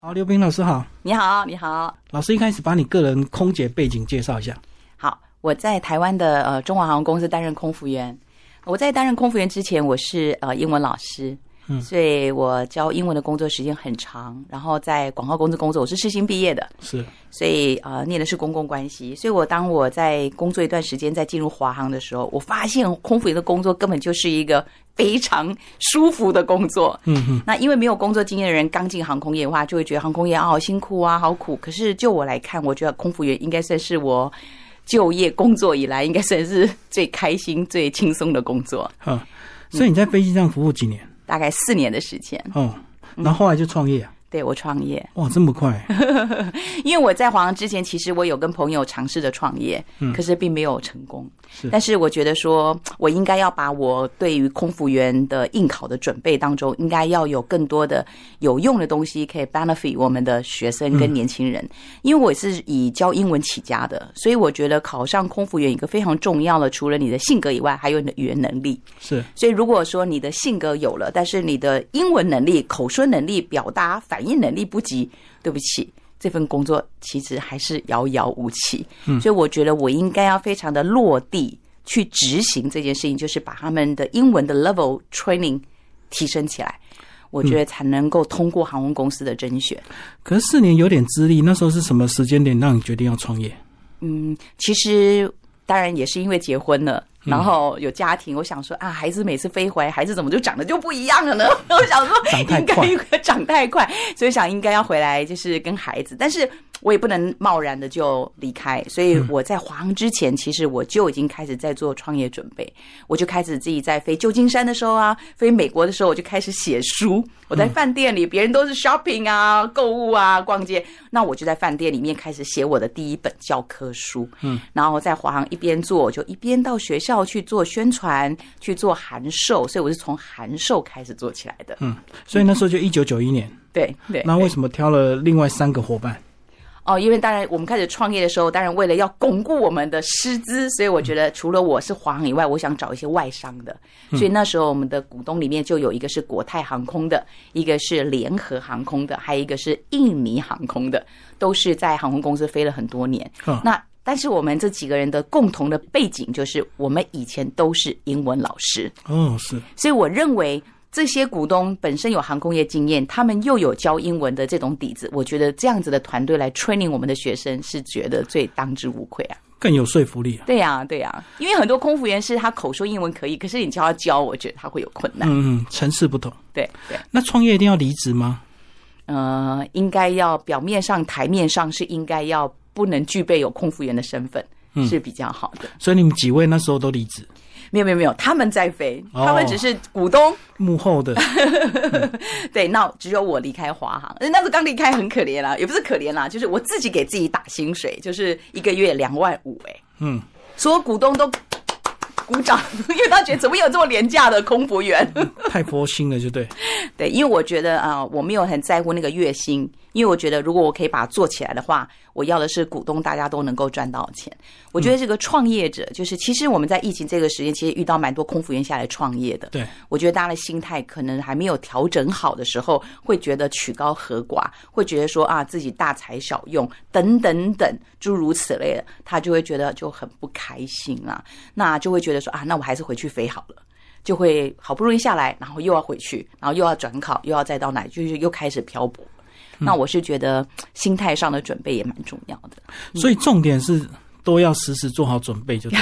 好，刘彬老师好。 你好，你好。 老师一开始把你个人空姐背景介绍一下。 好，我在台湾的中华航空公司担任空服员。我在担任空服员之前，我是英文老师，所以我教英文的工作时间很长。然后在广告公司工作，我是世新毕业的， 是， 所以念的是公共关系。所以当我在工作一段时间，在进入华航的时候，我发现空服员的工作根本就是一个非常舒服的工作。那因为没有工作经验的人刚进航空业的话，就会觉得航空业好辛苦啊，好苦。可是就我来看，我觉得空服员应该算是我就业工作以来应该算是最开心、最轻松的工作。 所以你在飞机上服务几年？ 大概4年的时间。 然后后来就创业啊？ 对，我创业。 哇，这么快！ 因为我在华航之前，其实我有跟朋友尝试着创业，可是并没有成功。但是我觉得说，我应该要把我对于空服员的应考的准备当中，应该要有更多的有用的东西，可以 benefit 我们的学生跟年轻人。因为我是以教英文起家的，所以我觉得考上空服员一个非常重要的，除了你的性格以外，还有你的语言能力。 是， 所以如果说你的性格有了，但是你的英文能力、口说能力、表达反应能力不及，对不起，这份工作其实还是遥遥无期。所以我觉得我应该要非常的落地去执行这件事情，就是把他们的英文的 level training 提升起来，我觉得才能够通过航空公司的甄选。 可是4年有点资历，那时候是什么时间点让你决定要创业？ 其实当然也是因为结婚了，然后有家庭，我想说啊，孩子每次飞回来，孩子怎么就长得就不一样了呢？我想说应该长太快，所以想应该要回来就是跟孩子，但是我也不能贸然的就离开，所以我在华航之前，其实我就已经开始在做创业准备。我就开始自己在飞旧金山的时候啊，飞美国的时候，我就开始写书。我在饭店里，别人都是 shopping 啊、购物啊、逛街，那我就在饭店里面开始写我的第一本教科书。然后在华航一边做，就一边到学校去做宣传，去做函授，所以我是从函授开始做起来的。 所以那时候就1991年。 对。 那为什么挑了另外3个伙伴？ 因为当然我们开始创业的时候，当然为了要巩固我们的师资，所以我觉得除了我是华航以外，我想找一些外商的。所以那时候我们的股东里面就有一个是国泰航空的，一个是联合航空的，还有一个是印尼航空的，都是在航空公司飞了很多年。但是我们这几个人的共同的背景就是我们以前都是英文老师。 是。 所以我认为这些股东本身有航空业经验，他们又有教英文的这种底子，我觉得这样子的团队来 training 我们的学生是觉得最当之无愧啊， 更有说服力啊。 对啊，因为很多空服员是他口说英文可以，可是你叫他教，我觉得他会有困难。 层次不同。 对。 那创业一定要离职吗？ 应该要表面上、台面上是应该要不能具备有空服员的身份，是比较好的。 所以你们几位那时候都离职？ 没有，他们在飞，他们只是股东幕后的。 对，那只有我离开华航，那时候刚离开很可怜啦，也不是可怜啦，就是我自己给自己打薪水，就是一个月2万5。所有股东都鼓掌，因为他觉得怎么有这么廉价的空服员， 太佛心了，就对。 对，因为我觉得我没有很在乎那个月薪，因为我觉得如果我可以把它做起来的话，我要的是股东大家都能够赚到钱。我觉得这个创业者，就是其实我们在疫情这个时间，其实遇到蛮多空服员下来创业的。 对， 我觉得大家的心态可能还没有调整好的时候，会觉得曲高和寡，会觉得说自己大材小用等等等诸如此类的，他就会觉得就很不开心啊，那就会觉得说那我还是回去飞好了。就会好不容易下来，然后又要回去，然后又要转考，又要再到哪里，就是又开始漂泊。那我是觉得心态上的准备也蛮重要的。 所以重点是都要时时做好准备，就对。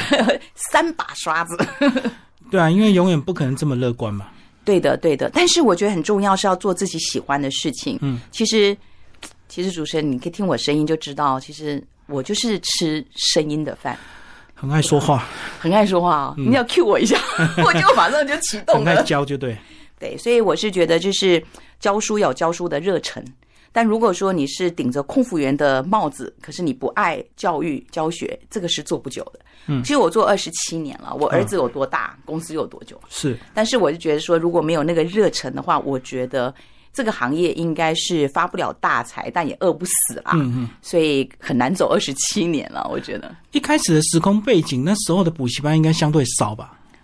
3把刷子。 对啊，因为永远不可能这么乐观嘛。 对的。但是我觉得很重要是要做自己喜欢的事情。其实主持人，你可以听我声音就知道，其实我就是吃声音的饭。 很爱说话， 你要 cue 我一下，我就马上就启动了。 很爱教就对。 对，所以我是觉得就是教书有教书的热忱，但如果说你是顶着空服员的帽子，可是你不爱教育教学，这个是做不久的。其实我做27年了，我儿子有多大，公司有多久。 是， 但是我就觉得说，如果没有那个热忱的话，我觉得这个行业应该是发不了大财，但也饿不死啦。所以很难走27年了，我觉得。 一开始的时空背景，那时候的补习班应该相对少吧？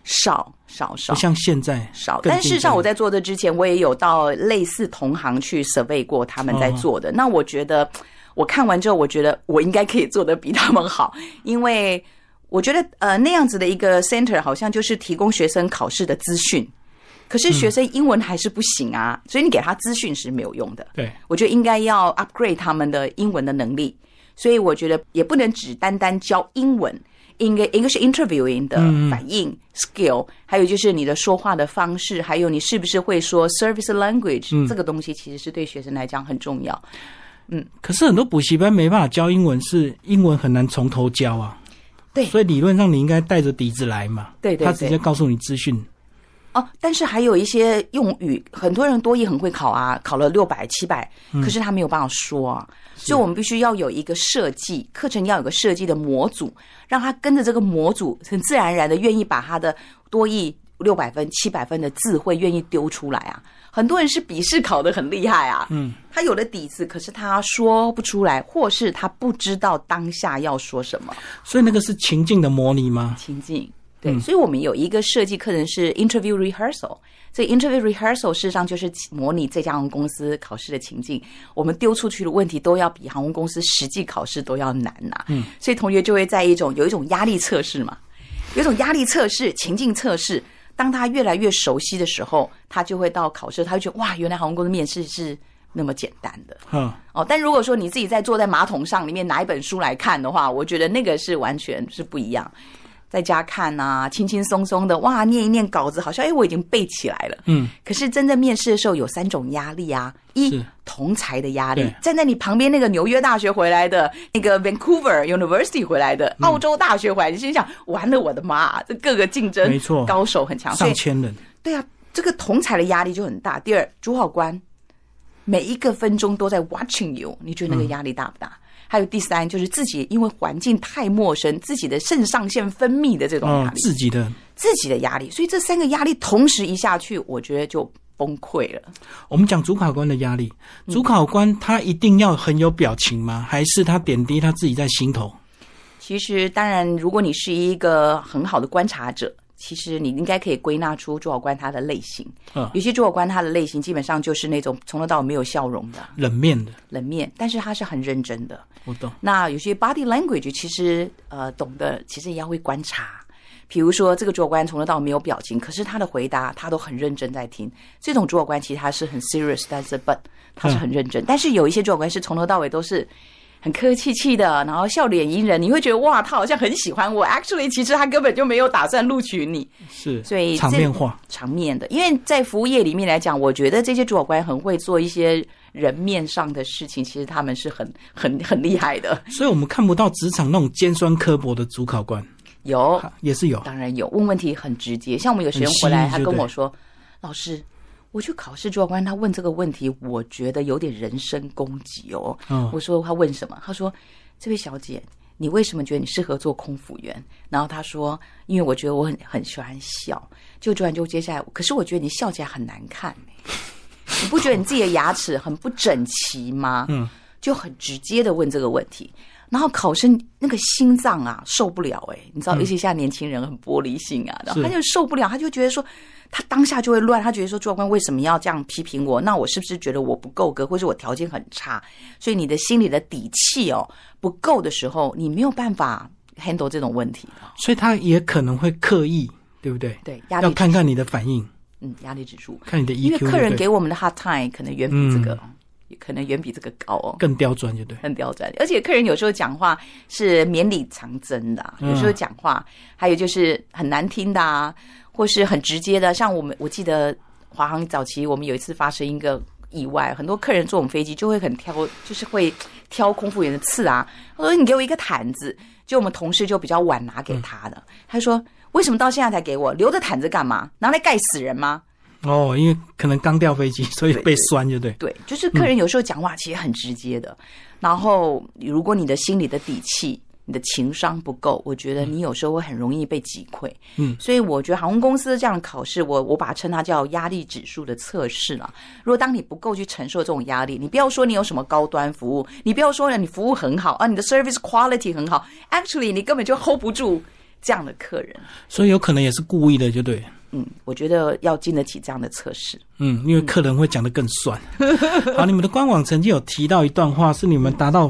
少， 不像现在少。但事实上我在做这之前，我也有到类似同行去 survey 过他们在做的。那我觉得我看完之后，我觉得我应该可以做得比他们好，因为我觉得那样子的一个 center 好像就是提供学生考试的资讯，可是学生英文还是不行啊，所以你给他资讯是没有用的。 对， 我觉得应该要 upgrade 他们的英文的能力，所以我觉得也不能只单单教英文，应该是 interviewing 的反应、skill， 还有就是你的说话的方式，还有你是不是会说 service language，这个东西其实是对学生来讲很重要。 可是很多补习班没办法教英文，是英文很难从头教啊。 对， 所以理论上你应该带着底子来嘛。 对， 他直接告诉你资讯。 但是还有一些用语，很多人多益很会考啊，考了600、700，可是他没有办法说啊。所以我们必须要有一个设计课程，要有个设计的模组，让他跟着这个模组，很自然而然的愿意把他的多益600分、700分的字汇愿意丢出来啊。很多人是笔试考得很厉害啊，他有了底子，可是他说不出来，或是他不知道当下要说什么。 所以那个是情境的模拟吗？ 情境。对，所以我们有一个设计课程是 interview rehearsal， 这 interview rehearsal 事实上就是模拟这家航空公司考试的情境，我们丢出去的问题都要比航空公司实际考试都要难啊。所以同学就会在有一种压力测试嘛，有一种压力测试、情境测试，当他越来越熟悉的时候，他就会到考试，他会觉得哇，原来航空公司面试是那么简单的。但如果说你自己在坐在马桶上里面拿一本书来看的话，我觉得那个是完全是不一样。在家看啊，轻轻松松的，哇，念一念稿子，好像我已经背起来了。可是真正面试的时候有3种压力啊，同才的压力，站在你旁边那个纽约大学回来的，那个 Vancouver University 回来的，澳洲大学回来，你心想，完了我的妈，这各个竞争高手很强， 上千人。 对啊，这个同才的压力就很大。第二，主考官每一个分钟都在 watching you， 你觉得那个压力大不大？还有第三，就是自己因为环境太陌生，自己的肾上腺分泌的这种压力，自己的压力，所以这3个压力同时一下去，我觉得就崩溃了。 我们讲主考官的压力，主考官他一定要很有表情吗？还是他点滴他自己在心头？ 其实当然，如果你是一个很好的观察者，其实你应该可以归纳出主考官他的类型。有些主考官他的类型基本上就是那种从头到尾没有笑容的，冷面，但是他是很认真的。 我懂。 那有些 body language 其实懂得，其实也要会观察。比如说这个主考官从头到尾没有表情，可是他的回答他都很认真在听。这种主考官其实他是很 serious， 但是 but 他是很认真。但是有一些主考官是从头到尾都是很客气气的，然后笑脸迎人，你会觉得哇，他好像很喜欢我。Actually， 其实他根本就没有打算录取你。 是， 所以场面化， 场面的。因为在服务业里面来讲，我觉得这些主考官很会做一些人面上的事情，其实他们是很厉害的。 所以我们看不到职场那种尖酸刻薄的主考官， 有， 也是有， 当然有。问问题很直接，像我们有学生回来，他跟我说，老师，我去考试主考官他问这个问题，我觉得有点人身攻击哦。我说他问什么？他说，这位小姐，你为什么觉得你适合做空服员？然后他说，因为我觉得我很喜欢笑。就突然就接下来，可是我觉得你笑起来很难看你不觉得你自己的牙齿很不整齐吗？就很直接的问这个问题。然后考生那个心脏啊受不了你知道，尤其现在年轻人很玻璃心啊，然后他就受不了，他就觉得说，他当下就会乱，他觉得说主考官为什么要这样批评我？那我是不是觉得我不够格，或者我条件很差？所以你的心里的底气不够的时候，你没有办法 handle 这种问题。 所以他也可能会刻意，对不对？ 对，压力要看看你的反应。 压力指数， 看你的 EQ， 因为客人给我们的 hard time 可能远比这个。可能远比这个高更刁钻，就对， 很刁钻。而且客人有时候讲话是绵里藏针的，有时候讲话还有就是很难听的啊，或是很直接的。像我记得华航早期我们有一次发生一个意外，很多客人坐我们飞机就会很挑，就是会挑空服员的刺啊。他说你给我一个毯子，就我们同事就比较晚拿给他的。他说为什么到现在才给我？留着毯子干嘛？拿来盖死人吗？ 因为可能刚掉飞机，所以被酸，就对。 对，就是客人有时候讲话其实很直接的。然后，如果你的心里的底气、你的情商不够，我觉得你有时候会很容易被击溃。所以我觉得航空公司这样的考试，我把它称它叫压力指数的测试了。如果当你不够去承受这种压力，你不要说你有什么高端服务，你不要说你服务很好啊，你的 service quality 很好 ，actually 你根本就 hold 不住这样的客人。 所以有可能也是故意的，就对。 我觉得要经得起这样的测试。 因为客人会讲得更酸。好，你们的官网曾经有提到一段话，是你们达到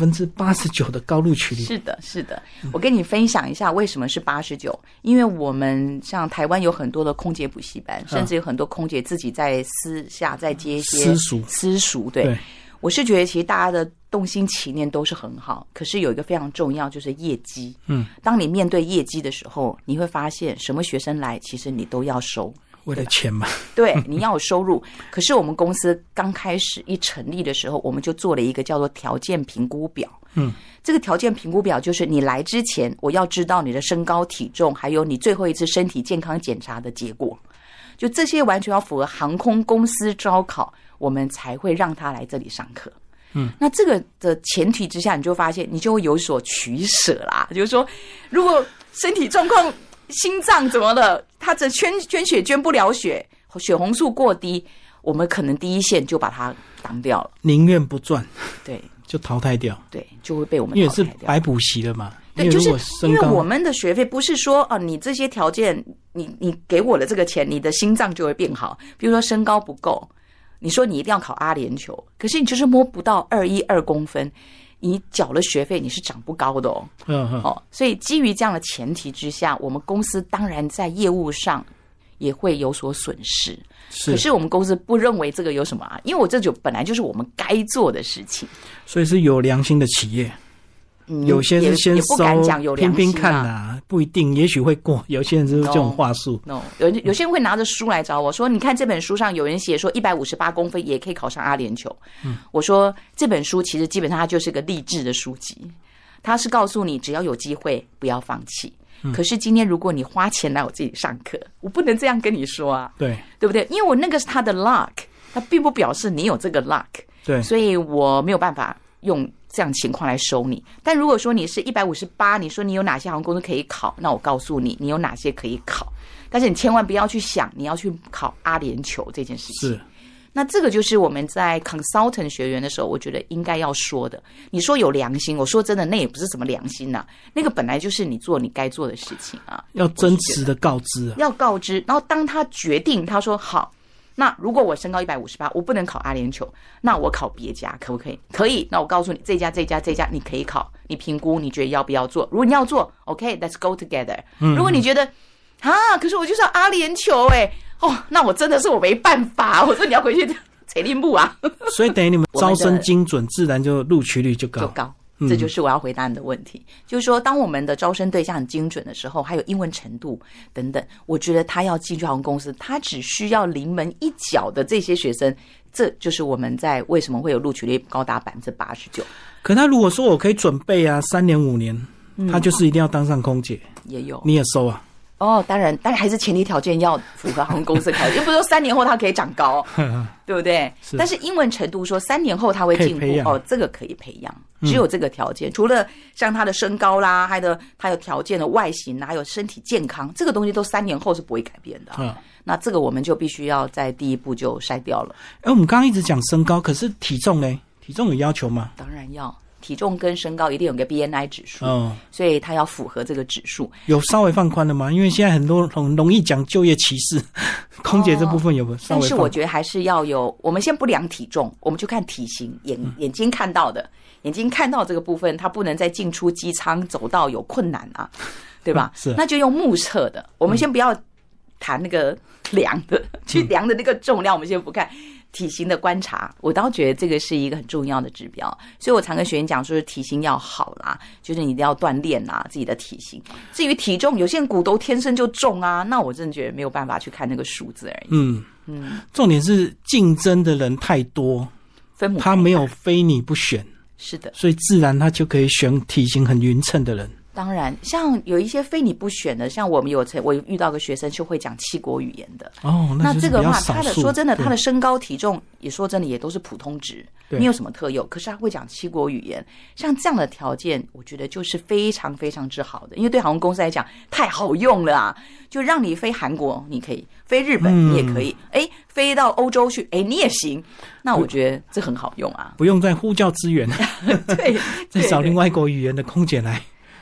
89%的高录取率。 是的，是的。我跟你分享一下为什么是89%，因为我们像台湾有很多的空姐补习班，甚至有很多空姐自己在私下在接一些私塾。对，我是觉得其实大家的动心起念都是很好，可是有一个非常重要，就是业绩。当你面对业绩的时候，你会发现什么学生来，其实你都要收， 为了钱嘛。 对，你要有收入。可是我们公司刚开始一成立的时候，我们就做了一个叫做条件评估表。这个条件评估表就是你来之前，我要知道你的身高体重，还有你最后一次身体健康检查的结果，就这些完全要符合航空公司招考，我们才会让他来这里上课。那这个的前提之下，你就发现你就会有所取舍啦。就是说，如果身体状况、心脏怎么了，他这捐血捐不了血，血红素过低，我们可能第一线就把它挡掉了， 宁愿不赚， 对， 就淘汰掉， 对，就会被我们因为淘汰掉， 是白补习了嘛。 对，就是因为我们的学费不是说你这些条件，你给我了这个钱，你的心脏就会变好。比如说身高不够，你说你一定要考阿联酋，可是你就是摸不到212公分，你缴了学费你是长不高的哦。所以基于这样的前提之下，我们公司当然在业务上也会有所损失。可是我们公司不认为这个有什么因为我这就本来就是我们该做的事情。 所以是有良心的企业。有些是先收拼拼看啊，不一定，也许会过。有些人就是这种话术。 有些人会拿着书来找我说：“你看这本书上有人写说158公分也可以考上阿联酋。”我说这本书其实基本上它就是个励志的书籍，它是告诉你只要有机会不要放弃。可是今天如果你花钱来我这里上课，我不能这样跟你说啊，对不对？因为我那个是他的 luck， 它并不表示你有这个 luck， 对，所以我没有办法用这样情况来收你。但如果说你是158，你说你有哪些航空公司可以考，那我告诉你，你有哪些可以考。但是你千万不要去想你要去考阿联酋这件事情。是，那这个就是我们在 consultant 学员的时候，我觉得应该要说的。你说有良心，我说真的，那也不是什么良心啊，那个本来就是你做你该做的事情啊， 要真实的告知， 要告知。然后当他决定，他说好。那如果我身高158，我不能考阿联酋，那我考别家可不可以？可以。那我告诉你，这家你可以考，你评估你觉得要不要做？如果你要做 ，OK，let's go together。如果你觉得可是我就是要阿联酋那我真的是我没办法。我说你要回去采铃木啊。 所以等于你们招生精准，自然就录取率就高。 这就是我要回答你的问题，就是说当我们的招生对象很精准的时候，还有英文程度等等，我觉得他要进去航空公司，他只需要临门一脚的这些学生，这就是我们在为什么会有录取率高达89%。 可他如果说我可以准备3年5年，他就是一定要当上空姐， 也有你也收啊？ 当然还是前提条件要符合航空公司考，又不是说3年后他可以长高，对不对？但是英文程度说3年后他会进步这个可以培养，只有这个条件。除了像他的身高啦，他有条件的外形啦，还有身体健康，这个东西都3年后是不会改变的。那这个我们就必须要在第一步就筛掉了。 我们刚刚一直讲身高，可是体重呢？体重有要求吗？ 当然要。体重跟身高一定有个 BNI 指数，所以它要符合这个指数。有稍微放宽了吗？因为现在很容易讲就业歧视，空姐这部分有没有稍微放宽？ 但是我觉得还是要有。我们先不量体重，我们就看体型，眼睛看到的，眼睛看到这个部分，它不能在进出机舱走道有困难啊，对吧？是，那就用目测的。我们先不要谈那个量的，去量的那个重量，我们先不看。体型的观察，我倒觉得这个是一个很重要的指标，所以我常跟学员讲说是体型要好啦，就是你一定要锻炼啦自己的体型。至于体重，有些人骨头天生就重啊，那我真的觉得没有办法去看那个数字而已。 重点是竞争的人太多，他没有非你不选， 是的， 所以自然他就可以选体型很匀称的人。 当然，像有一些非你不选的，像我遇到个学生是会讲7国语言的。那这个的话，他的说真的，他的身高体重也说真的也都是普通值，没有什么特有。可是他会讲7国语言，像这样的条件，我觉得就是非常非常之好的，因为对航空公司来讲太好用了啊！就让你飞韩国，你可以飞日本，你也可以，飞到欧洲去，你也行。那我觉得这很好用啊， 不用再呼叫资源， 对， 再找另外一国语言的空姐来。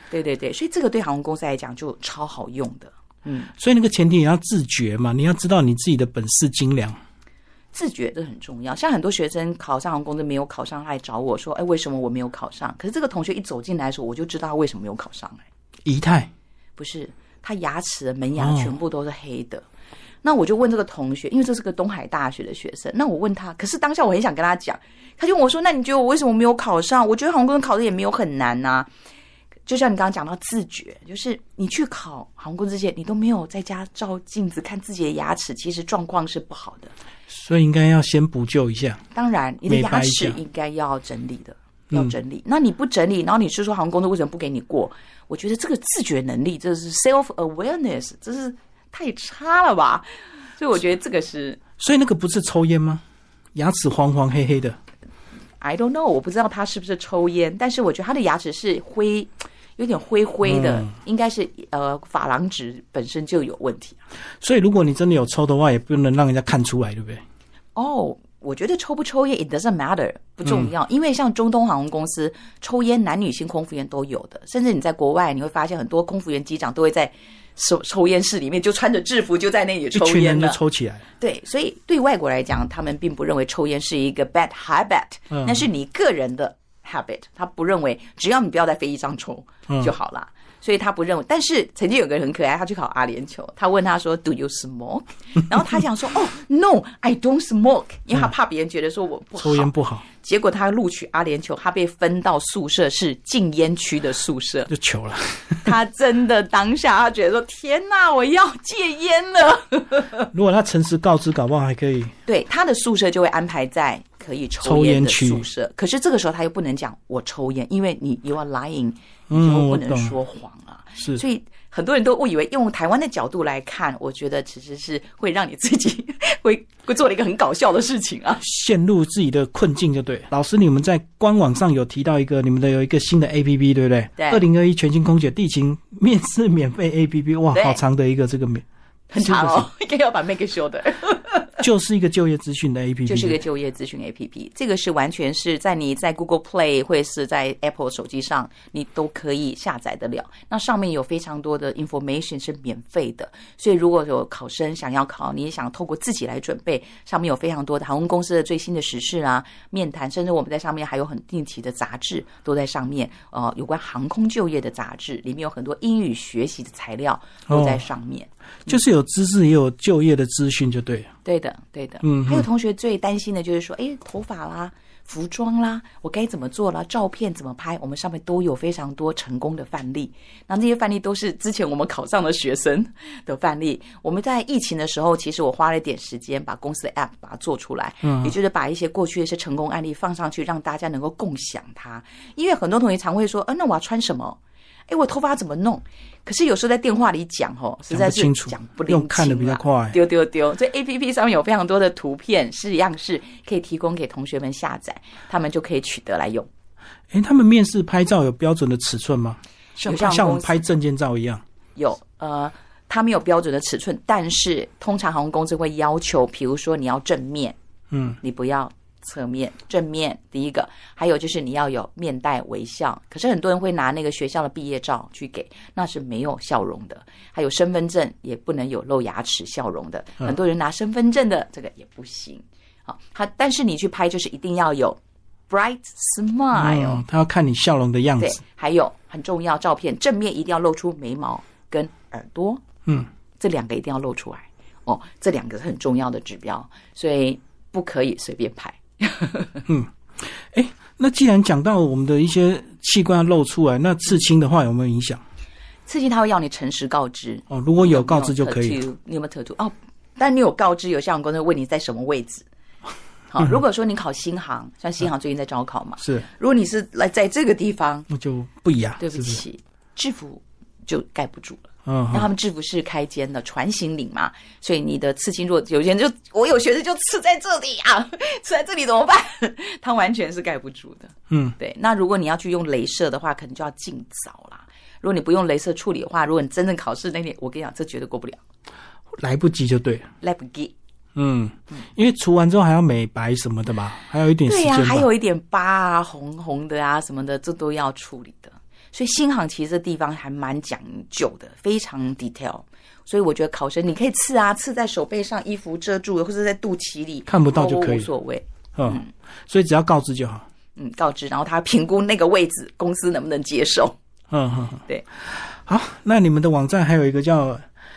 对对对，所以这个对航空公司来讲就超好用的。 所以那个前提也要自觉嘛，你要知道你自己的本事斤两。 自觉这很重要，像很多学生考上航空公司没有考上，他来找我说：“哎，为什么我没有考上？”可是这个同学一走进来的时候，我就知道他为什么没有考上。 仪态不是，他牙齿的门牙全部都是黑的。那我就问这个同学，因为这是个东海大学的学生，那我问他，可是当下我很想跟他讲，他就问我说：“那你觉得我为什么没有考上？我觉得航空公司考的也没有很难啊。”就像你刚刚讲到自觉，就是你去考航空公司之前，你都没有在家照镜子看自己的牙齿，其实状况是不好的。 所以应该要先补救一下。 当然，你的牙齿应该要整理的，要整理。那你不整理，然后你是说航空公司为什么不给你过？我觉得这个自觉能力，这是 self awareness， 这是太差了吧？所以我觉得这个是。 所以那个不是抽烟吗？牙齿黄黄黑黑的。 I don't know， 我不知道他是不是抽烟，但是我觉得他的牙齿是灰。有点灰灰的，应该是珐琅质本身就有问题。 所以如果你真的有抽的话，也不能让人家看出来，对不对？ 我觉得抽不抽烟 it doesn't matter， 不重要，因为像中东航空公司抽烟，男女性空服员都有的，甚至你在国外你会发现很多空服员机长都会在抽烟室里面就穿着制服就在那里抽烟了，一群人就抽起来。 对，所以对外国来讲，他们并不认为抽烟是一个 bad habit，那是你个人的habit， 他不认为只要你不要在飞机上抽就好了，所以他不认为。但是曾经有个人很可爱，他去考阿联酋，他问他说 Do you smoke？ 然后他讲说哦 No I don't smoke， 因为他怕别人觉得说我不好， 抽烟不好。 结果他录取阿联酋，他被分到宿舍是禁烟区的宿舍， 就糗了。 他真的当下他觉得说天哪，我要戒烟了。 如果他诚实告知，搞不好还可以。对， 他的宿舍就会安排在可以抽烟的宿舍，可是这个时候他又不能讲我抽烟，因为你 you are lying， 你就不能说谎啊。是，所以很多人都误以为用台湾的角度来看，我觉得其实是会让你自己会做了一个很搞笑的事情啊， 陷入自己的困境就对。老师，你们在官网上有提到一个，你们的有一个新的 APP， 对不对？对，2021全新空姐地勤面试免费 APP， 哇，好长的一个这个很长哦，应该要把 make sure 的。 就是一个就业资讯的 APP， 就是一个就业资讯 APP， 这个是完全是在你在 Google Play 或是在 Apple 手机上，你都可以下载得了。那上面有非常多的 information 是免费的，所以如果有考生想要考，你也想透过自己来准备，上面有非常多的航空公司的最新的时事啊、面谈，甚至我们在上面还有很定期的杂志都在上面，有关航空就业的杂志，里面有很多英语学习的材料都在上面。 就是有知识也有就业的资讯就对了。 对的对的。还有同学最担心的就是说头发啦、服装啦，我该怎么做啦，照片怎么拍，我们上面都有非常多成功的范例。那这些范例都是之前我们考上的学生的范例。我们在疫情的时候，其实我花了一点时间把公司的 app 把它做出来，也就是把一些过去的一些成功案例放上去，让大家能够共享它。因为很多同学常会说那我要穿什么，我头发怎么弄？可是有时候在电话里讲实在是讲不灵清， 用看的比较快， 丢。所以 APP 上面有非常多的图片式样式可以提供给同学们下载，他们就可以取得来用。 他们面试拍照有标准的尺寸吗？像我们拍证件照一样？有， 他们有标准的尺寸，但是通常航空公司会要求，比如说你要正面，你不要侧面，正面第一个，还有就是你要有面带微笑。可是很多人会拿那个学校的毕业照去给，那是没有笑容的。还有身份证也不能有露牙齿笑容的，很多人拿身份证的这个也不行。但是你去拍就是一定要有 bright smile， 他要看你笑容的样子。对， 还有很重要，照片正面一定要露出眉毛跟耳朵，这两个一定要露出来。这两个是很重要的指标，所以不可以随便拍。 那既然讲到我们的一些器官要露出来，那刺青的话有没有影响？ 刺青他会要你诚实告知如果有告知就可以。 你有没有 tattoo？ 但你有告知，有些航空公司问你在什么位置。好，如果说你考新航，像新航最近在招考嘛，是，如果你是来在这个地方， 那就不一样。 对不起，制服就盖不住了。那他们制服是开肩的船型领嘛，所以你的刺青，如果有些人就我有学生就刺在这里啊，刺在这里怎么办？他完全是盖不住的。对。那如果你要去用雷射的话，可能就要尽早啦。如果你不用雷射处理的话，如果你真正考试那天，我跟你讲，这绝对过不了， 来不及就对了， 来不及。 因为除完之后还要美白什么的吧，还有一点时间吧。 对还有一点疤啊、红红的啊什么的，这都要处理的。 所以新航其实这地方还蛮讲究的，非常 detail。所以我觉得考生你可以刺在手背上，衣服遮住，或者在肚脐里看不到就可以， 无所谓。 所以只要告知就好。 告知，然后他评估那个位置公司能不能接受。对。 好，那你们的网站还有一个叫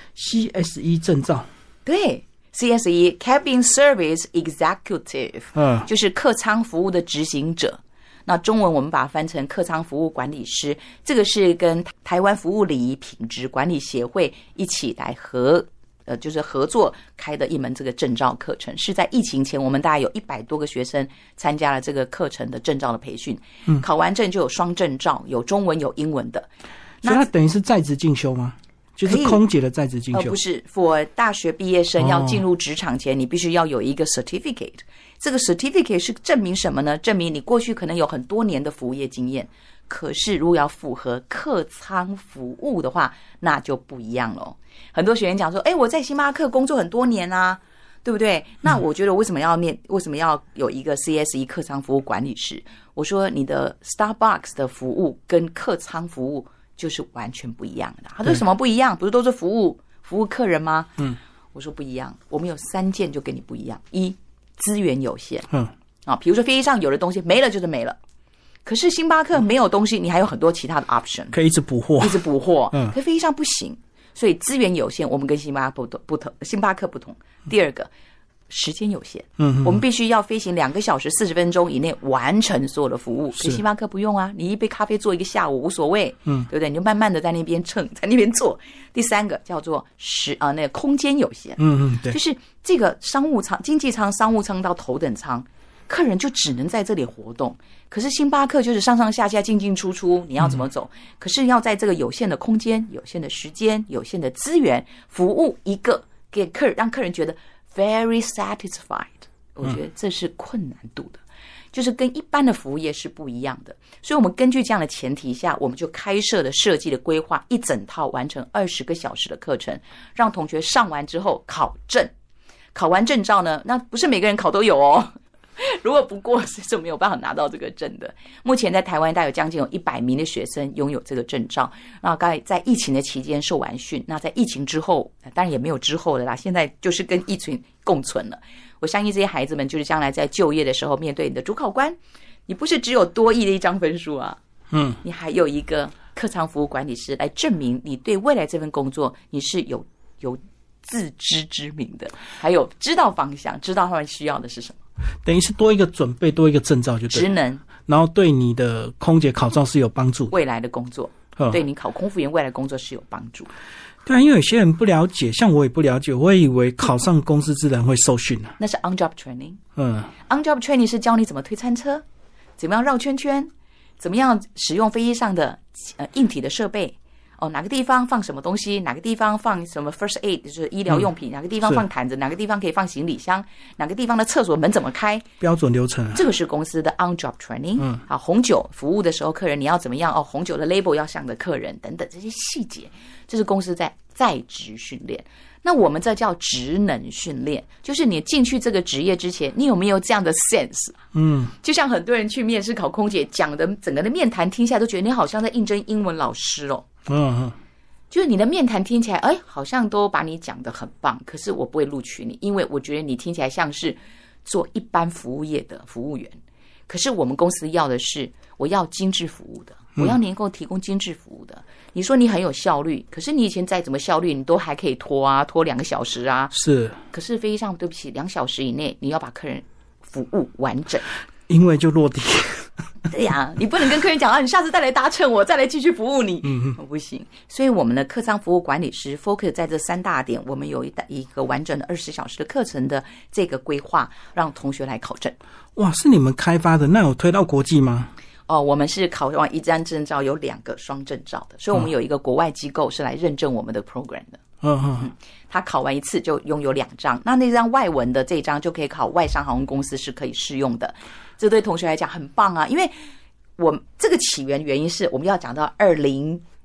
CSE 证照。 对。CSE Cabin Service Executive，就是客舱服务的执行者。那中文我们把它翻成客舱服务管理师。这个是跟台湾服务礼仪品质管理协会一起来就是合作开的一门这个证照课程，是在疫情前我们大概有100多个学生参加了这个课程的证照的培训。考完证就有双证照，有中文有英文的。 所以它等于是在职进修吗？就是空姐的在职进修？ 不是 ，for 大学毕业生要进入职场前，你必须要有一个 certificate。这个 certificate 是证明什么呢？证明你过去可能有很多年的服务业经验。可是如果要符合客舱服务的话，那就不一样了。很多学员讲说，我在星巴克工作很多年啊，对不对？那我觉得为什么要有一个 CSE 客舱服务管理师？我说你的 Starbucks 的服务跟客舱服务就是完全不一样的。他说什么不一样？不是都是服务客人吗？我说不一样，我们有3件就跟你不一样。一，资源有限。比如说飞机上有的东西没了就是没了。可是星巴克没有东西，你还有很多其他的 option， 可以一直补货。 可飞机上不行，所以资源有限，我们跟星巴克不同。第二个，时间有限，我们必须要飞行2个小时40分钟以内完成所有的服务。可是星巴克不用啊，你一杯咖啡做1个下午无所谓，对不对？你就慢慢的在那边蹭，在那边做。第三个叫做那个空间有限，对，就是这个商务舱、经济舱、商务舱到头等舱，客人就只能在这里活动。可是星巴克就是上上下下进进出出，你要怎么走？可是要在这个有限的空间、有限的时间、有限的资源，服务一个给客人，让客人觉得 very satisfied。我觉得这是困难度的，就是跟一般的服务业是不一样的。所以我们根据这样的前提下，我们就开设的设计的规划一整套完成20个小时的课程，让同学上完之后考证。考完证照呢，那不是每个人考都有哦。如果不过是没有办法拿到这个证的。目前在台湾大概有将近100名的学生拥有这个证照。那刚才在疫情的期间受完训，那在疫情之后，当然也没有之后了啦，现在就是跟疫情共存了。我相信这些孩子们就是将来在就业的时候，面对你的主考官，你不是只有多益的一张分数啊，你还有一个客舱服务管理师来证明你对未来这份工作你是有自知之明的，还有知道方向，知道他们需要的是什么。 等于是多一个准备，多一个证照就对了， 职能， 然后对你的空姐考照是有帮助， 未来的工作，对你考空服员未来工作是有帮助。 对啊，因为有些人不了解，像我也不了解，我以为考上公司自然会受训啊。 那是 on job training。on job training 是教你怎么推餐车，怎么样绕圈圈，怎么样使用飞机上的硬体的设备。哪个地方放什么东西，哪个地方放什么 first aid 就是医疗用品，哪个地方放毯子，哪个地方可以放行李箱，哪个地方的厕所门怎么开，标准流程这个是公司的 on job training。好，红酒服务的时候客人你要怎么样，红酒的 label 要向着客人等等这些细节，这是公司在职训练。那我们这叫职能训练，就是你进去这个职业之前，你有没有这样的 sense？ 就像很多人去面试考空姐，讲的整个的面谈听下来都觉得你好像在应征英文老师哦。就是你的面谈听起来，好像都把你讲得很棒，可是我不会录取你，因为我觉得你听起来像是做一般服务业的服务员。可是我们公司要的是，我要精致服务的，我要能够提供精致服务的。你说你很有效率，可是你以前再怎么效率，你都还可以拖2个小时啊。是。可是飞机上，对不起，2小时以内你要把客人服务完整，因为就落地。对呀，你不能跟客人讲你下次再来搭乘我，再来继续服务你，不行。所以我们的客舱服务管理师 focus 在这3大点，我们有一个完整的20小时的课程的这个规划，让同学来考证。哇，是你们开发的，那有推到国际吗？我们是考完1张证照有2个双证照的，所以我们有一个国外机构是来认证我们的 program 的。他考完1次就拥有2张，那张外文的这张就可以考外商航空公司是可以适用的。这对同学来讲很棒啊，因为我这个起源原因是我们要讲到2019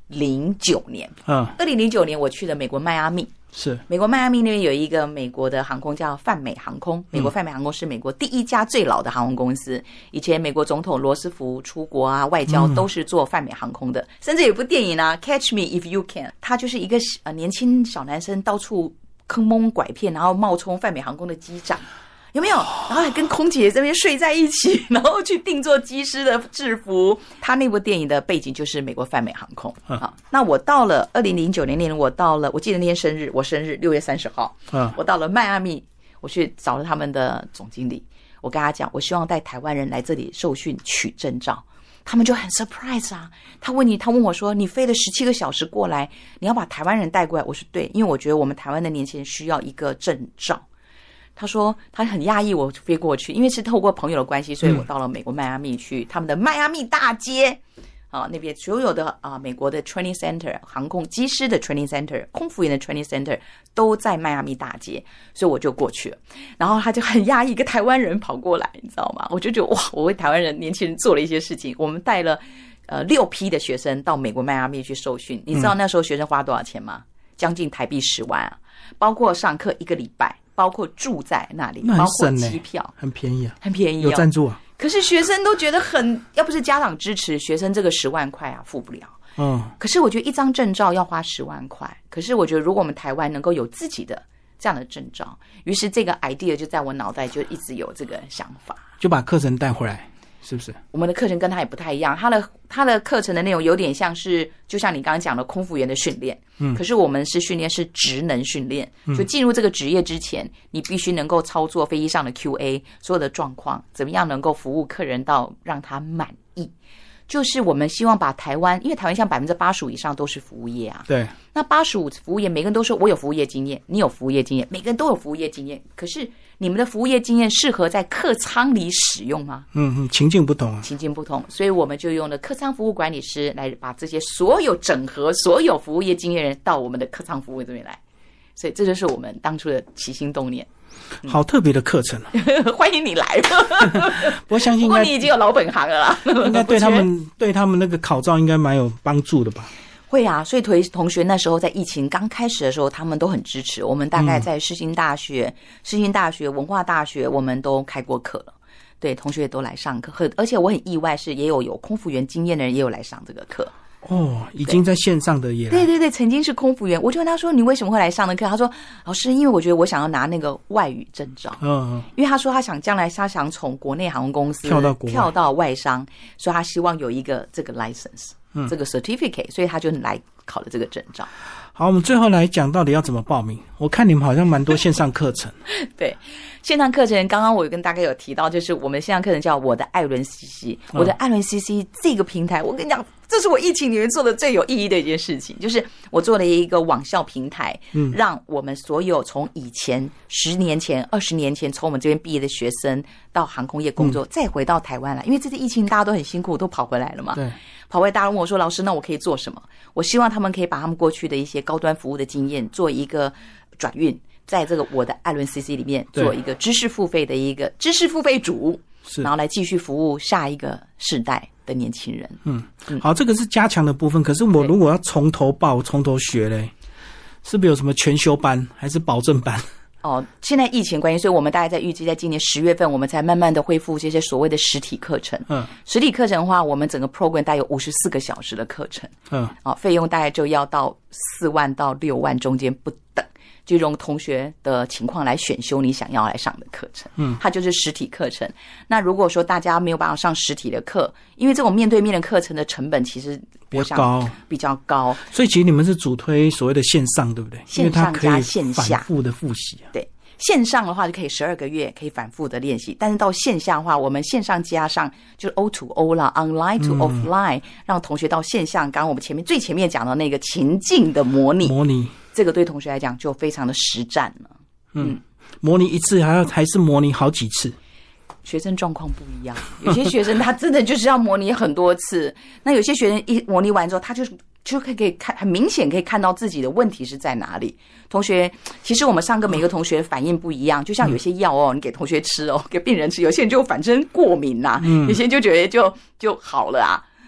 年。2009年我去了美国迈阿密。 是美国迈阿密那边有一个美国的航空叫泛美航空，美国泛美航空是美国第一家最老的航空公司。以前美国总统罗斯福出国啊，外交都是做泛美航空的，甚至有部电影啊 Catch Me If You Can， 他就是一个年轻小男生到处坑蒙拐骗，然后冒充泛美航空的机长，有没有？然后还跟空姐这边睡在一起，然后去定做机师的制服。他那部电影的背景就是美国泛美航空。好，那我到了2009年，我记得那天生日，我生日6月30号。我到了迈阿密，我去找了他们的总经理，我跟他讲，我希望带台湾人来这里受训取证照。他们就很 surprise 啊！他问我说：“你飞了17个小时过来，你要把台湾人带过来？”我说：“对，因为我觉得我们台湾的年轻人需要一个证照。”他说他很讶异我飞过去，因为是透过朋友的关系，所以我到了美国迈阿密去他们的迈阿密大街那边所有的美国的 training center 航空机师的 training center 空服员的 training center 都在迈阿密大街，所以我就过去了。然后他就很讶异，一个台湾人跑过来，你知道吗？我就觉得哇，我为台湾人年轻人做了一些事情。我们带了6批的学生到美国迈阿密去受训，你知道那时候学生花多少钱吗？将近台币10万啊，包括上课1个礼拜，包括住在那里，包括机票， 很便宜啊， 很便宜， 有赞助啊。 可是学生都觉得要不是家长支持，学生这个10万块啊付不了。可是我觉得一张证照要花10万块。可是我觉得如果我们台湾能够有自己的这样的证照，于是这个 idea 就在我脑袋就一直有这个想法， 就把课程带回来。是不是我们的课程跟他也不太一样？他的课程的内容有点像是，就像你刚刚讲的空服员的训练，可是我们是训练是职能训练，就进入这个职业之前，你必须能够操作飞机上的 QA 所有的状况，怎么样能够服务客人到让他满意。就是我们希望把台湾，因为台湾像85%以上都是服务业啊， 对， 那85%服务业每个人都说我有服务业经验，你有服务业经验，每个人都有服务业经验，可是你们的服务业经验适合在客舱里使用吗？ 情境不同啊， 情境不同，所以我们就用了客舱服务管理师来把这些所有整合所有服务业经验人到我们的客舱服务这边来，所以这就是我们当初的起心动念。 好特别的课程欢迎你来我相信不过你已经有老本行了啦应该对他们那个考照应该蛮有帮助的吧。 会啊，所以同学那时候在疫情刚开始的时候，他们都很支持我们。大概在世新大学、文化大学，我们都开过课了。对，同学也都来上课，而且我很意外是也有空服员经验的人也有来上这个课。 已经在线上的也对，曾经是空服员。我就问他说：“你为什么会来上的课？”他说：“老师，因为我觉得我想要拿那个外语证照。”因为他说将来他想从国内航空公司跳到外商，所以他希望有一个这个 license，这个 certificate， 所以他就来考了这个证照。 好，我们最后来讲到底要怎么报名。我看你们好像蛮多线上课程对，线上课程刚刚我跟大概有提到，就是我们线上课程叫我的艾伦 CC，我的艾伦 CC 这个平台，我跟你讲，这是我疫情里面做的最有意义的一件事情，就是我做了一个网校平台，让我们所有从以前10年前、20年前从我们这边毕业的学生到航空业工作，再回到台湾来，因为这次疫情大家都很辛苦，都跑回来了嘛。 对， 跑回来大家问我说：“老师，那我可以做什么？”我希望他们可以把他们过去的一些高端服务的经验做一个转运，在这个我的艾伦 CC 里面做一个知识付费的一个知识付费主，然后来继续服务下一个世代的年轻人。 好，这个是加强的部分。可是我如果要从头报、从头学嘞，是不是有什么全修班还是保证班？ 现在疫情关系，所以我们大概在预计在今年10月份，我们才慢慢的恢复这些所谓的实体课程。实体课程的话，我们整个 program 大概有54个小时的课程。费用大概就要到4万到6万中间不等，就用同学的情况来选修你想要来上的课程。它就是实体课程。那如果说大家没有办法上实体的课，因为这种面对面的课程的成本其实比较高， 所以其实你们是主推所谓的线上，对不对？ 线上加线下， 反复的复习对，线上的话就可以12个月可以反复的练习，但是到线下的话，我们线上加上就是 O to O 啦 ，online to offline，让同学到线上，刚刚我们最前面讲到那个情境的模拟，这个对同学来讲就非常的实战了。 模拟一次还是模拟好几次？ 学生状况不一样，有些学生他真的就是要模拟很多次，那有些学生一模拟完之后，他就可以看，很明显可以看到自己的问题是在哪里。同学，其实我们上课每个同学反应不一样，就像有些药你给同学吃给病人吃，有些人就反正过敏有些人就觉得就好了啊。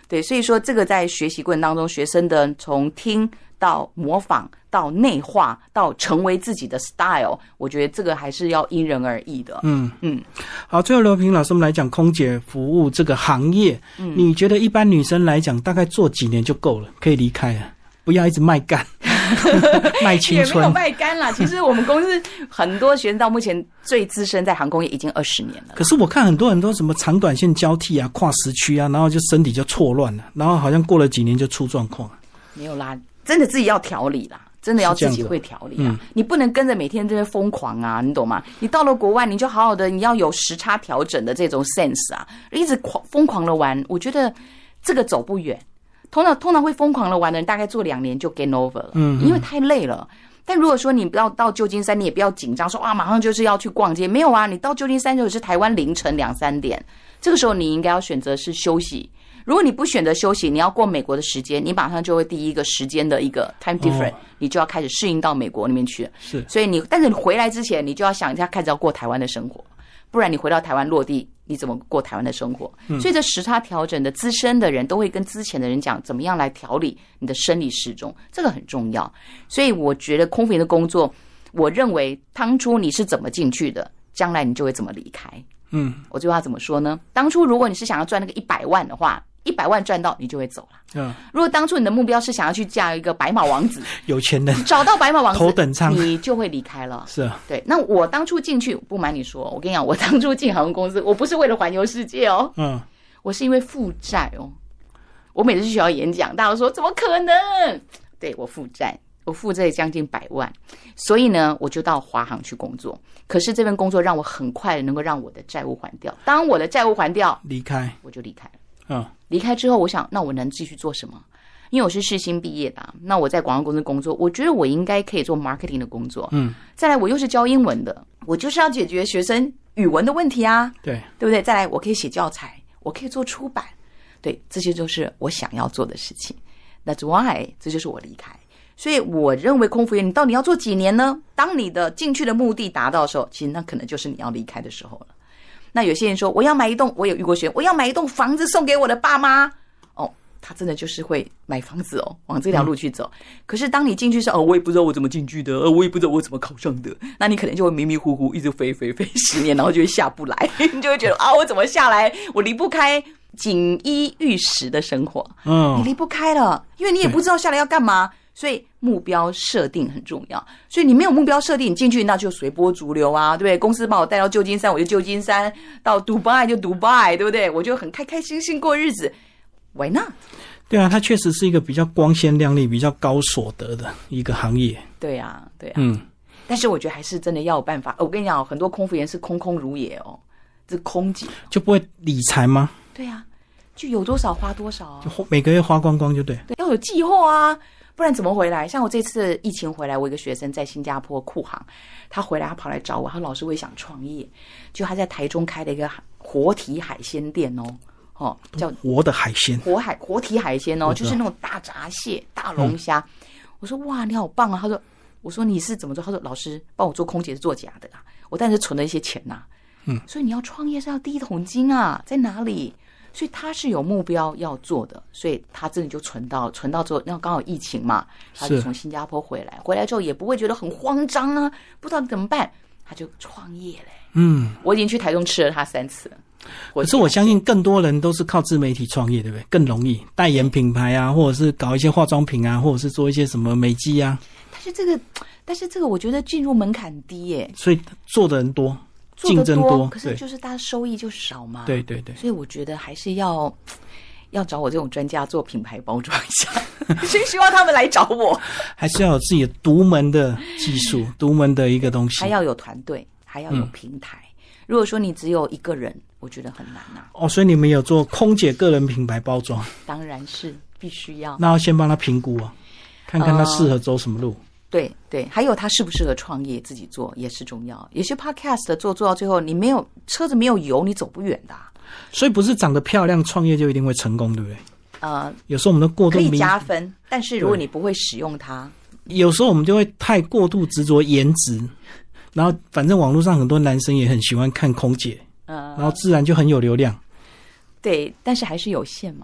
对，所以说这个在学习过程当中，学生的从听到模仿到内化到成为自己的 style， 我觉得这个还是要因人而异的。 好，最后刘平老师，我们来讲空姐服务这个行业，你觉得一般女生来讲，大概做几年就够了，可以离开了，不要一直卖干。卖青春也没有卖干啦。其实我们公司很多学生到目前最资深在航空业已经20年了。 可是我看很多人都什么长短线交替啊、跨时区啊，然后就身体就错乱了，然后好像过了几年就出状况。 没有啦，真的自己要调理啦。真的要自己会调理啊！你不能跟着每天这些疯狂啊，你懂吗？你到了国外，你就好好的，你要有时差调整的这种 sense 啊，一直疯狂的玩，我觉得这个走不远。通常会疯狂的玩的人，大概做2年就 game over 了，因为太累了。但如果说你不要到旧金山，你也不要紧张，说马上就是要去逛街，没有啊，你到旧金山就是台湾凌晨2、3点，这个时候你应该要选择是休息。如果你不选择休息，你要过美国的时间，你马上就会第一个时间的一个 time difference，你就要开始适应到美国那边去了。 是， 所以但是你回来之前，你就要想一下，开始要过台湾的生活，不然你回到台湾落地，你怎么过台湾的生活？所以这时差调整的资深的人都会跟之前的人讲，怎么样来调理你的生理时钟，这个很重要。所以我觉得空服员的工作，我认为当初你是怎么进去的，将来你就会怎么离开。我这句话怎么说呢？当初如果你是想要赚那个100万的话，100万赚到你就会走了。如果当初你的目标是想要去嫁一个白马王子， 有钱人， 找到白马王子头等舱， 你就会离开了。 是啊， 对。那我当初进去，不瞒你说，我跟你讲，我当初进航空公司，我不是为了环游世界哦，我是因为负债哦。我每次去学校演讲，大家都说怎么可能？对，我负债。我负债将近100万，所以呢，我就到华航去工作。可是这份工作让我很快的能够让我的债务还掉。当我的债务还掉， 离开， 我就离开了。离开之后，我想，那我能继续做什么？因为我是世新毕业的，那我在广告公司工作，我觉得我应该可以做 marketing 的工作。再来，我又是教英文的，我就是要解决学生语文的问题啊，对不对？再来，我可以写教材，我可以做出版，对，这些就是我想要做的事情。That's why， 这就是我离开。所以我认为空服员，你到底要做几年呢？当你的进去的目的达到的时候，其实那可能就是你要离开的时候了。那有些人说，我要买一栋，我有遇过学员，我要买一栋房子送给我的爸妈。他真的就是会买房子往这条路去走。可是当你进去时，我也不知道我怎么进去的，我也不知道我怎么考上的，那你可能就会迷迷糊糊一直飞10年，然后就会下不来，你就会觉得我怎么下来？我离不开锦衣玉食的生活。你离不开了，因为你也不知道下来要干嘛。所以目标设定很重要，所以你没有目标设定，你进去那就随波逐流啊，对不对？公司把我带到旧金山，我就旧金山；到杜拜就杜拜，对不对？我就很开开心心过日子。Why not？ 对啊，它确实是一个比较光鲜亮丽、比较高所得的一个行业。 对啊。但是我觉得还是真的要有办法。我跟你讲，很多空服员是空空如也这空姐就不会理财吗？ 对啊，就有多少花多少就每个月花光光就对。 对，要有计划啊。不然怎么回来？像我这次疫情回来，我一个学生在新加坡库航，他回来他跑来找我，他老师我也想创业，就他在台中开了一个活体海鲜店叫活的海鲜， 活体海鲜就是那种大闸蟹、大龙虾。我说哇，你好棒啊！我说你是怎么做？他说老师帮我做空姐是做假的啦，我但是存了一些钱呐。所以你要创业是要第一桶金啊，在哪里？所以他是有目标要做的，所以他真的就存到之后，那刚好疫情嘛，他就从新加坡回来之后也不会觉得很慌张啊，不知道怎么办，他就创业嘞。我已经去台中吃了他3次了。 可是我相信更多人都是靠自媒体创业，对不对？更容易代言品牌啊，或者是搞一些化妆品啊，或者是做一些什么美肌啊。 但是这个我觉得进入门槛低耶， 所以做的人多。竞争多， 可是就是大家收益就少嘛。 对， 所以我觉得还是要找我这种专家做品牌包装一下，所以希望他们来找我。 还是要有自己的独门的技术，独门的一个东西， 还要有团队，还要有平台。如果说你只有一个人，我觉得很难啊。 所以你们有做空姐个人品牌包装？ 当然是必须要。 那要先帮他评估看看他适合走什么路。 对，还有他适不适合创业，自己做也是重要。有些 podcast 做到最后，你没有车子没有油，你走不远的。 所以不是长得漂亮创业就一定会成功，对不对？有时候我们的过度可以加分，但是如果你不会使用它， 有时候我们就会太过度执着颜值，然后反正网络上很多男生也很喜欢看空姐，然后自然就很有流量。 对，但是还是有限嘛。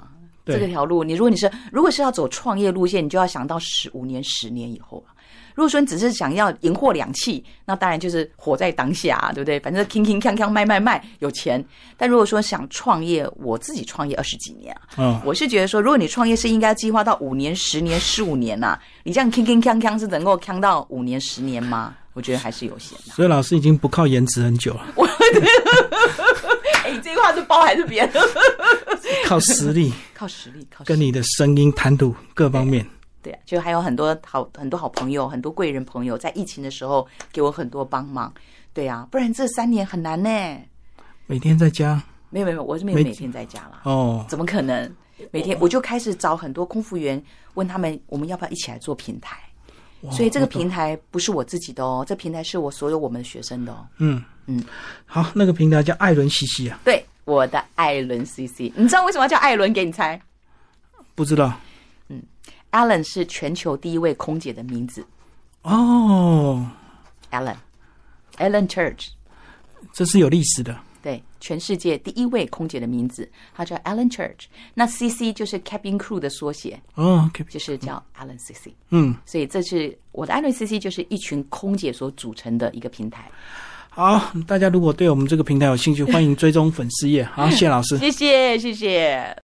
这个条路，如果是要走创业路线，你就要想到5年、10年以后了。如果说你只是想要赢货两讫，那当然就是活在当下，对不对？反正铿铿锵锵卖有钱。但如果说想创业，我自己创业20几年我是觉得说，如果你创业是应该计划到5年、10年、15年你这样铿铿锵锵是能够锵到5年、10年吗？我觉得还是有限的。 所以老师已经不靠颜值很久了。 你这句话是包还是别的？ 靠实力， 靠实力， 跟你的声音、谈吐各方面。 对啊，就还有很多好朋友，很多贵人朋友，在疫情的时候给我很多帮忙。对啊，不然这3年很难呢。 每天在家？ 没有，我是没有每天在家啦。 哦， 怎么可能？每天我就开始找很多空服员，问他们我们要不要一起来做平台。所以这个平台不是我自己的哦，这平台是我们学生的哦。 好，那个平台叫艾伦 CC 啊。 对，我的艾伦 CC。你知道为什么要叫艾伦？给你猜。 不知道。 Ellen 是全球第一位空姐的名字。 哦 Ellen Church， 这是有历史的。 对，全世界第一位空姐的名字，她叫 Ellen Church。那 CC 就是 Cabin Crew 的缩写，就是叫 Ellen CC。所以这是我的艾伦 CC， 就是一群空姐所组成的一个平台。 好，大家如果对我们这个平台有兴趣，欢迎追踪粉丝页。好，谢谢老师， 谢谢。